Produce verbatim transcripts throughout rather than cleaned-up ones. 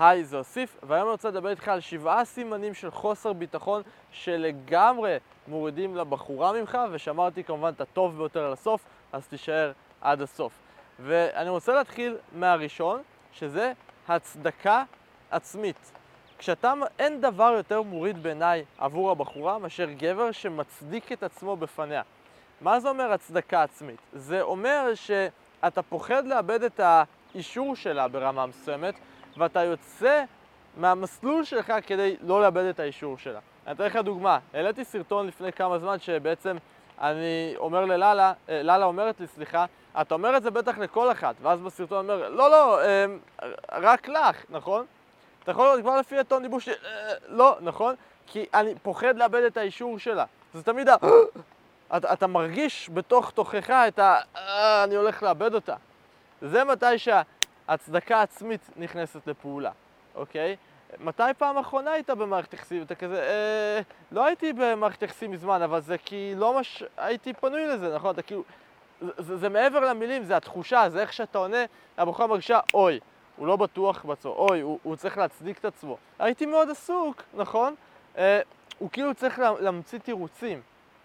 היי, זה אוסיף, והיום אני רוצה לדבר איתך על שבעה סימנים של חוסר ביטחון שלגמרי מורידים לבחורה ממך, ושמרתי כמובן את הטוב ביותר לסוף, אז תישאר עד הסוף. ואני רוצה להתחיל מהראשון, שזה הצדקה עצמית. כשאתה, אין דבר יותר מוריד בעיניי עבור הבחורה מאשר גבר שמצדיק את עצמו בפניה. מה זה אומר הצדקה עצמית? זה אומר שאתה פוחד לאבד את האישור שלה ברמה מסוימת, ואתה יוצא מהמסלול שלך כדי לא לאבד את האישור שלה. אני אתן לך דוגמה. העליתי סרטון לפני כמה זמן שבעצם אני אומר לללה, ללה אומרת לי, סליחה, אתה אומר את זה בטח לכל אחת, ואז בסרטון אומר, לא, לא, רק לך, נכון? אתה יכול לראות כבר לפי הטון דיבור שלי, לא, נכון? כי אני פוחד לאבד את האישור שלה. זה תמיד ה... אתה, אתה מרגיש בתוך תוכך את ה... אני הולך לאבד אותה. זה מתי שההצדקה העצמית נכנסת לפעולה, אוקיי? מתי פעם אחרונה היית במערכת יחסים? אתה כזה, אה, לא הייתי במערכת יחסים מזמן, אבל זה כי לא מש... הייתי פנוי לזה, נכון? אתה כאילו... זה, זה, זה מעבר למילים, זה התחושה, זה איך שאתה עונה, הבחורה מרגישה, אוי, הוא לא בטוח בעצמו, אוי, הוא, הוא צריך להצדיק את עצמו. הייתי מאוד עסוק, נכון? אה, הוא כאילו צריך להמציא תירוצים.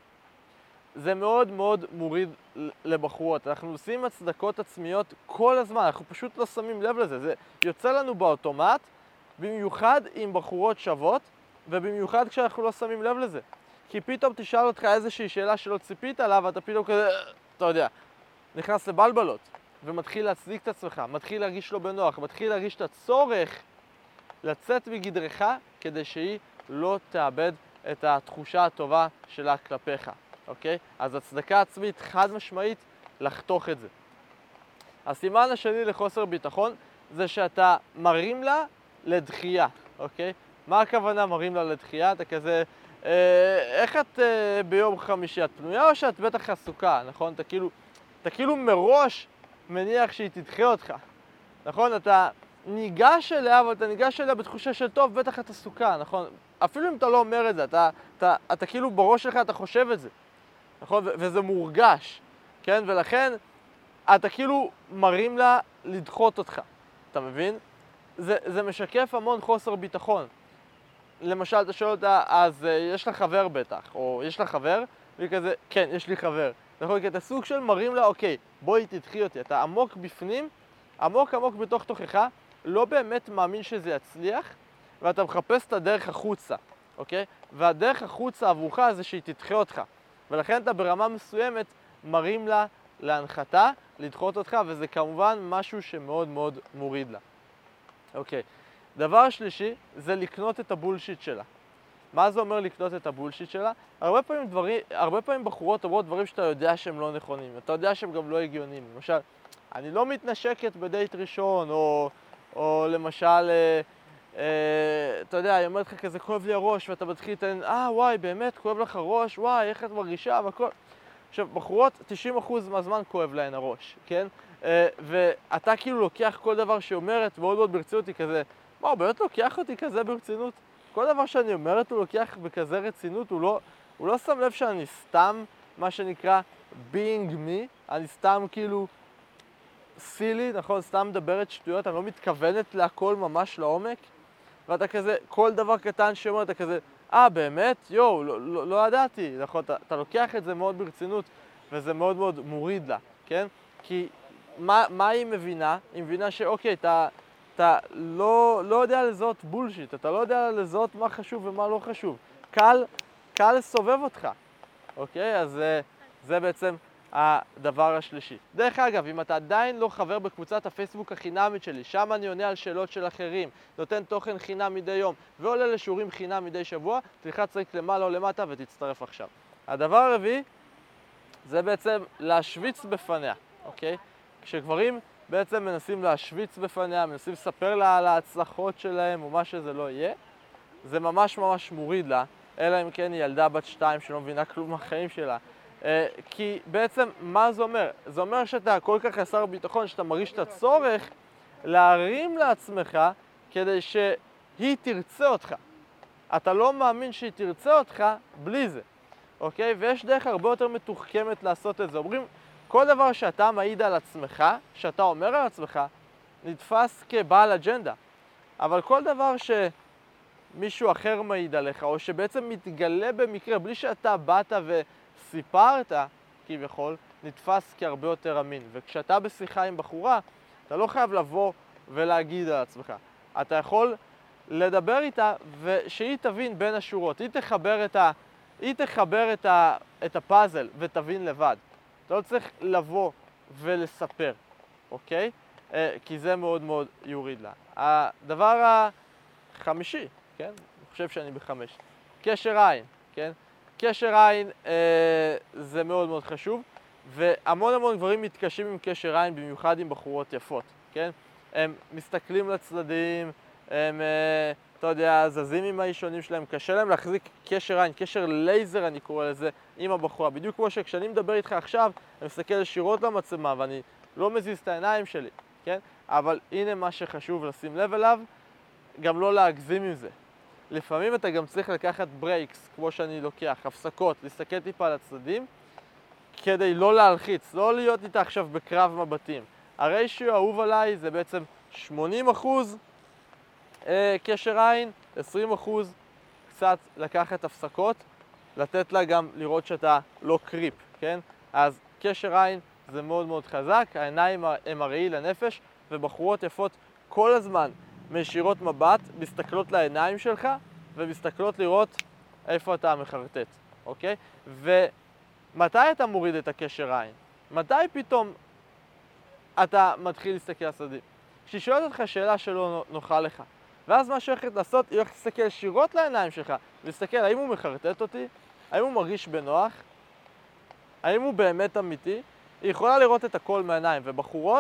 זה מאוד מאוד מוריד לבחורות. אנחנו עושים הצדקות עצמיות כל הזמן, אנחנו פשוט לא שמים לב לזה. זה יוצא לנו באוטומט, במיוחד עם בחורות שוות, ובמיוחד כשאנחנו לא שמים לב לזה. כי פתאום תשאל אותך איזושהי שאלה שלא ציפית עליו, ואתה פתאום כזה, אתה יודע, נכנס לבלבלות, ומתחיל להצדיק את עצמך, מתחיל להרגיש לא בנוח, מתחיל להרגיש את הצורך לצאת מגדרך, כדי שהיא לא תאבד את התחושה הטובה שלה כלפיך. אוקיי? אז הצדקה עצמית חד משמעית לחתוך את זה. הסימן השני לחוסר ביטחון זה שאתה מרים לה לדחייה, אוקיי? מה הכוונה מרים לה לדחייה? אתה כזה, אה, איך את אה, ביום חמישי? את פנויה או שאת בטח עסוקה, נכון? אתה כאילו, אתה כאילו מראש מניח שהיא תדחה אותך, נכון? אתה ניגש אליה, אבל אתה ניגש אליה בתחושה של טוב, בטח את עסוקה, נכון? אפילו אם אתה לא אומר את זה, אתה, אתה, אתה כאילו בראש שלך אתה חושב את זה. נכון? וזה מורגש, כן? ולכן אתה כאילו מרים לה לדחות אותך, אתה מבין? זה, זה משקף המון חוסר ביטחון. למשל, אתה שואל אותה, אז uh, יש לה חבר בטח, או יש לה חבר, והיא כזה, כן, יש לי חבר. נכון? כי אתה סוג של מרים לה, אוקיי, בואי תדחי אותי. אתה עמוק בפנים, עמוק עמוק בתוך תוכך, לא באמת מאמין שזה יצליח, ואתה מחפש את הדרך החוצה, אוקיי? והדרך החוצה עבורך זה שהיא תדחה אותך. ולכן אתה ברמה מסוימת מרים לה להנחתה, לדחות אותך, וזה כמובן משהו שמאוד מאוד מוריד לה. אוקיי. דבר שלישי זה לקנות את הבולשיט שלה. מה זה אומר לקנות את הבולשיט שלה? הרבה פעמים, דברים, הרבה פעמים בחורות אומרות דברים שאתה יודע שהם לא נכונים, אתה יודע שהם גם לא הגיוניים. למשל, אני לא מתנשקת בדייט ראשון, או, או למשל... Uh, אתה יודע, היא אומרת לך כזה, כואב לי הראש, ואתה מתחיל לתן, אה, וואי, באמת, כואב לך הראש, וואי, איך את מרגישה, והכל. עכשיו, בחורות, תשעים אחוז מהזמן כואב להן הראש, כן? Uh, ואתה כאילו לוקח כל דבר שהיא אומרת, מאוד מאוד ברצינות, היא כזה, מה, הוא באמת לוקח אותי כזה ברצינות? כל דבר שאני אומרת הוא לוקח בכזה רצינות, הוא לא, הוא לא שם לב שאני סתם, מה שנקרא, being me, אני סתם כאילו סילי, נכון? סתם מדברת שטויות, אני לא מתכוונת להכל ממש לעומק. ואתה כזה, כל דבר קטן שאומר, אתה כזה, אה, באמת? יואו, לא, לא, לא ידעתי, נכון? אתה, אתה לוקח את זה מאוד ברצינות, וזה מאוד מאוד מוריד לה, כן? כי מה, מה היא מבינה? היא מבינה שאוקיי, אתה, אתה לא, לא יודע לזהות בולשיט, אתה לא יודע לזהות מה חשוב ומה לא חשוב. קל, קל לסובב אותך, אוקיי? אז זה, זה בעצם הדבר השלישי. דרך אגב, אם אתה עדיין לא חבר בקבוצת הפייסבוק החינמית שלי, שם אני עונה על שאלות של אחרים, נותן תוכן חינם מדי יום, ועולה לשיעורים חינם מדי שבוע, תלחץ לינק למעלה או למטה ותצטרף עכשיו. הדבר הרביעי, זה בעצם להשוויץ בפניה, אוקיי? כשגברים בעצם מנסים להשוויץ בפניה, מנסים לספר לה על ההצלחות שלהם, או מה שזה לא יהיה, זה ממש ממש מוריד לה, אלא אם כן היא ילדה בת שתיים שלא מבינה כלום מהחיים שלה. כי בעצם מה זה אומר? זה אומר שאתה כל כך חסר ביטחון, שאתה מרגיש את הצורך להרים לעצמך כדי שהיא תרצה אותך. אתה לא מאמין שהיא תרצה אותך בלי זה, אוקיי? ויש דרך הרבה יותר מתוחכמת לעשות את זה. אומרים, כל דבר שאתה מעיד על עצמך, שאתה אומר על עצמך, נתפס כבעל אג'נדה. אבל כל דבר שמישהו אחר מעיד עליך, או שבעצם מתגלה במקרה, בלי שאתה באת וסיפרת, כביכול, נתפס כהרבה יותר אמין. וכשאתה בשיחה עם בחורה, אתה לא חייב לבוא ולהגיד על עצמך. אתה יכול לדבר איתה ושהיא תבין בין השורות. היא תחבר את, ה... היא תחבר את, ה... את הפאזל ותבין לבד. אתה לא צריך לבוא ולספר, אוקיי? כי זה מאוד מאוד יוריד לה. הדבר החמישי, כן? אני חושב שאני בחמש. קשר עין, כן? קשר עין אה, זה מאוד מאוד חשוב, והמון המון גברים מתקשים עם קשר עין, במיוחד עם בחורות יפות, כן? הם מסתכלים לצדדים, הם, אה, אתה יודע, זזים עם האישונים שלהם, קשה להם להחזיק קשר עין, קשר לייזר אני קורא לזה, עם הבחורה. בדיוק כמו שכשאני מדבר איתך עכשיו, אני מסתכל ישירות למצלמה ואני לא מזיז את העיניים שלי, כן? אבל הנה מה שחשוב לשים לב אליו, גם לא להגזים עם זה. לפעמים אתה גם צריך לקחת ברייקס, כמו שאני לוקח, הפסקות, להסתכל טיפה על הצדדים, כדי לא להלחיץ, לא להיות איתה עכשיו בקרב מבטים. הריישיו האהוב עליי זה בעצם שמונים אחוז אה, קשר עין, עשרים אחוז קצת לקחת הפסקות, לתת לה גם לראות שאתה לא קריפ, כן? אז קשר עין זה מאוד מאוד חזק, העיניים הם הראי לנפש, ובחורות יפות כל הזמן מישירות מבט, מסתכלות לעיניים שלך, ומסתכלות לראות איפה אתה מחרטט, אוקיי? ומתי אתה מוריד את הקשר עין? מתי פתאום אתה מתחיל להסתכל על הצדדים? כשהיא שואלת אותך שאלה שלא נוחה לך, ואז מה שהולכת לעשות, היא הולכת להסתכל ישירות לעיניים שלך, ולהסתכל האם הוא מחרטט אותי, האם הוא מרגיש בנוח, האם הוא באמת אמיתי. היא יכולה לראות את הכל מהעיניים, ובחורות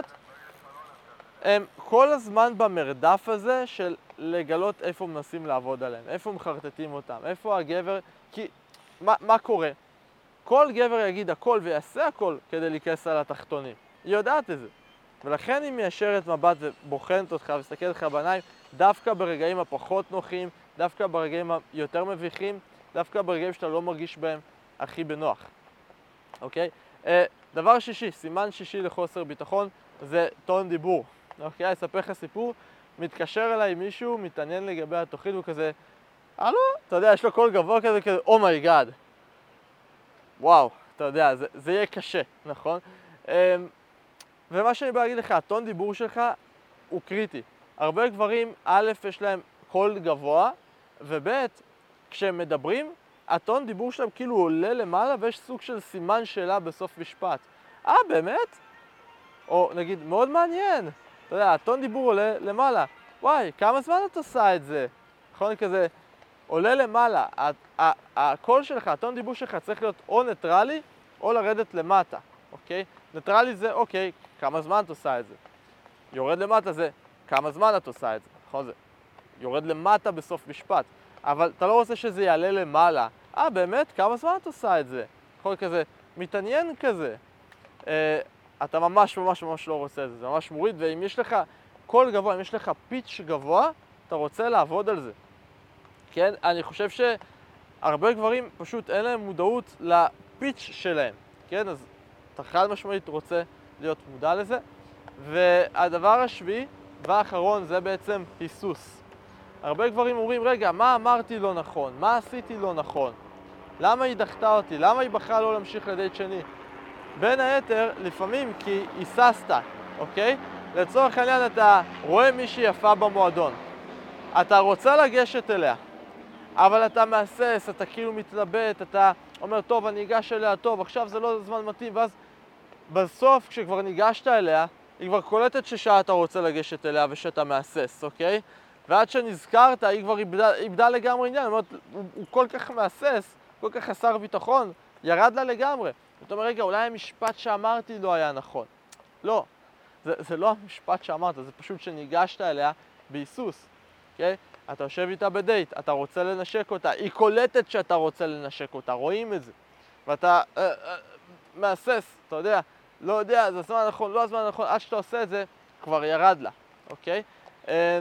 הם כל הזמן במרדף הזה של לגלות איפה מנסים לעבוד עליהם, איפה מחרטטים אותם, איפה הגבר, כי מה, מה קורה? כל גבר יגיד הכל ויעשה הכל כדי להיכנס על התחתונים. היא יודעת את זה. ולכן היא מיישרת מבט ובוחנת אותך ומסתכלת לך בעיניים, דווקא ברגעים הפחות נוחים, דווקא ברגעים היותר מביכים, דווקא ברגעים שאתה לא מרגיש בהם הכי בנוח. אוקיי? דבר שישי, סימן שישי לחוסר ביטחון, זה טון דיבור. אוקיי? אני אספר לך סיפור, מתקשר אליי מישהו, מתעניין לגבי התוכנית, הוא כזה, הלו? אתה יודע, יש לו קול גבוה כזה, כזה, אומייגאד. וואו, אתה יודע, זה, זה יהיה קשה, נכון? ומה שאני בא להגיד לך, הטון דיבור שלך הוא קריטי. הרבה גברים, א', יש להם קול גבוה, וב', כשהם מדברים, הטון דיבור שלהם כאילו עולה למעלה, ויש סוג של סימן שאלה בסוף משפט. אה, באמת? או נגיד, מאוד מעניין. אתה יודע, הטון דיבור עולה למעלה. וואי, כמה זמן את עושה את זה? נכון, כזה, עולה למעלה. הקול שלך, הטון דיבור שלך צריך להיות או ניטרלי, או לרדת למטה, אוקיי? ניטרלי זה, אוקיי, כמה זמן את עושה את זה? יורד למטה זה, כמה זמן את עושה את זה? נכון, זה יורד למטה בסוף משפט. אבל אתה לא רוצה שזה יעלה למעלה. אה, באמת? כמה זמן את עושה את זה? יכול כזה, מתעניין כזה. אה, אתה ממש ממש ממש לא רוצה את זה, זה ממש מוריד, ואם יש לך קול גבוה, אם יש לך פיץ' גבוה, אתה רוצה לעבוד על זה. כן? אני חושב שהרבה גברים פשוט אין להם מודעות לפיץ' שלהם. כן? אז אתה חד משמעית רוצה להיות מודע לזה. והדבר השביעי והאחרון זה בעצם היסוס. הרבה גברים אומרים, רגע, מה אמרתי לא נכון? מה עשיתי לא נכון? למה היא דחתה אותי? למה היא בחרה לא להמשיך לדייט שני? בין היתר, לפעמים כי היססת, אוקיי? לצורך העניין אתה רואה מישהי יפה במועדון. אתה רוצה לגשת אליה, אבל אתה מהסס, אתה כאילו מתלבט, אתה אומר, טוב, אני אגש אליה, טוב, עכשיו זה לא זמן מתאים, ואז בסוף, כשכבר ניגשת אליה, היא כבר קולטת ששעה אתה רוצה לגשת אליה ושאתה מהסס, אוקיי? ועד שנזכרת, היא כבר איבדה, איבדה לגמרי עניין, אומרת, הוא, הוא כל כך מהסס, כל כך חסר ביטחון, ירד לה לגמרי. אתה אומר, רגע, אולי המשפט שאמרתי לא היה נכון. לא, זה, זה לא המשפט שאמרת, זה פשוט שניגשת אליה בהיסוס, אוקיי? אתה יושב איתה בדייט, אתה רוצה לנשק אותה, היא קולטת שאתה רוצה לנשק אותה, רואים את זה. ואתה אה, אה, מהסס, אתה יודע, לא יודע, זה הזמן הנכון, לא הזמן הנכון, עד שאתה עושה את זה, כבר ירד לה, אוקיי? אה,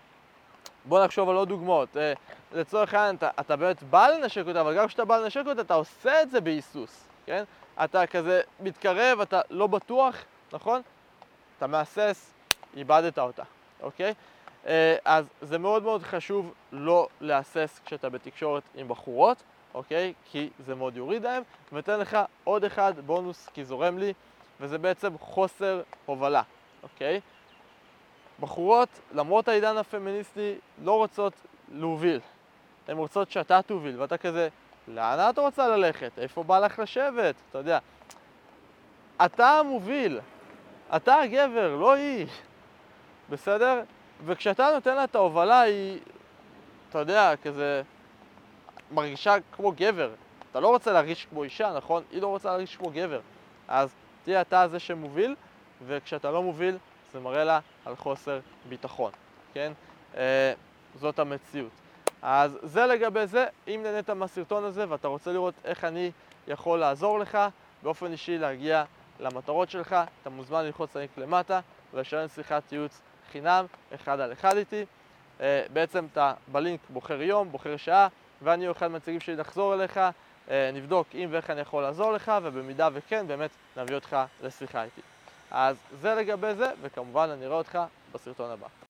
בוא נחשוב על עוד דוגמאות. אה, לצורך העניין, אתה, אתה באמת בא לנשק אותה, אבל גם כשאתה בא לנשק אותה, אתה עושה את זה בהיסוס, כן? אתה כזה מתקרב, אתה לא בטוח, נכון? אתה מהסס, איבדת אותה, אוקיי? אז זה מאוד מאוד חשוב לא להסס כשאתה בתקשורת עם בחורות, אוקיי? כי זה מאוד יוריד להם. ואתן לך עוד אחד בונוס כי זורם לי, וזה בעצם חוסר הובלה, אוקיי? בחורות, למרות העידן הפמיניסטי, לא רוצות להוביל. הן רוצות שאתה תוביל, ואתה כזה, לאן את רוצה ללכת? איפה בא לך לשבת? אתה יודע, אתה המוביל, אתה הגבר, לא היא. בסדר? וכשאתה נותן לה את ההובלה, היא, אתה יודע, כזה, מרגישה כמו גבר. אתה לא רוצה להרגיש כמו אישה, נכון? היא לא רוצה להרגיש כמו גבר. אז תהיה אתה זה שמוביל, וכשאתה לא מוביל, זה מראה לה על חוסר ביטחון, כן? אה, זאת המציאות. אז זה לגבי זה. אם נהנית מהסרטון הזה ואתה רוצה לראות איך אני יכול לעזור לך באופן אישי להגיע למטרות שלך, אתה מוזמן ללחוץ לינק למטה ולשלם שיחת ייעוץ חינם, אחד על אחד איתי. אה, בעצם אתה בלינק בוחר יום, בוחר שעה, ואני או אחד מהנציגים שלי נחזור אליך, אה, נבדוק אם ואיך אני יכול לעזור לך, ובמידה וכן, באמת נביא אותך לשיחה איתי. אז זה לגבי זה, וכמובן אני אראה אותך בסרטון הבא.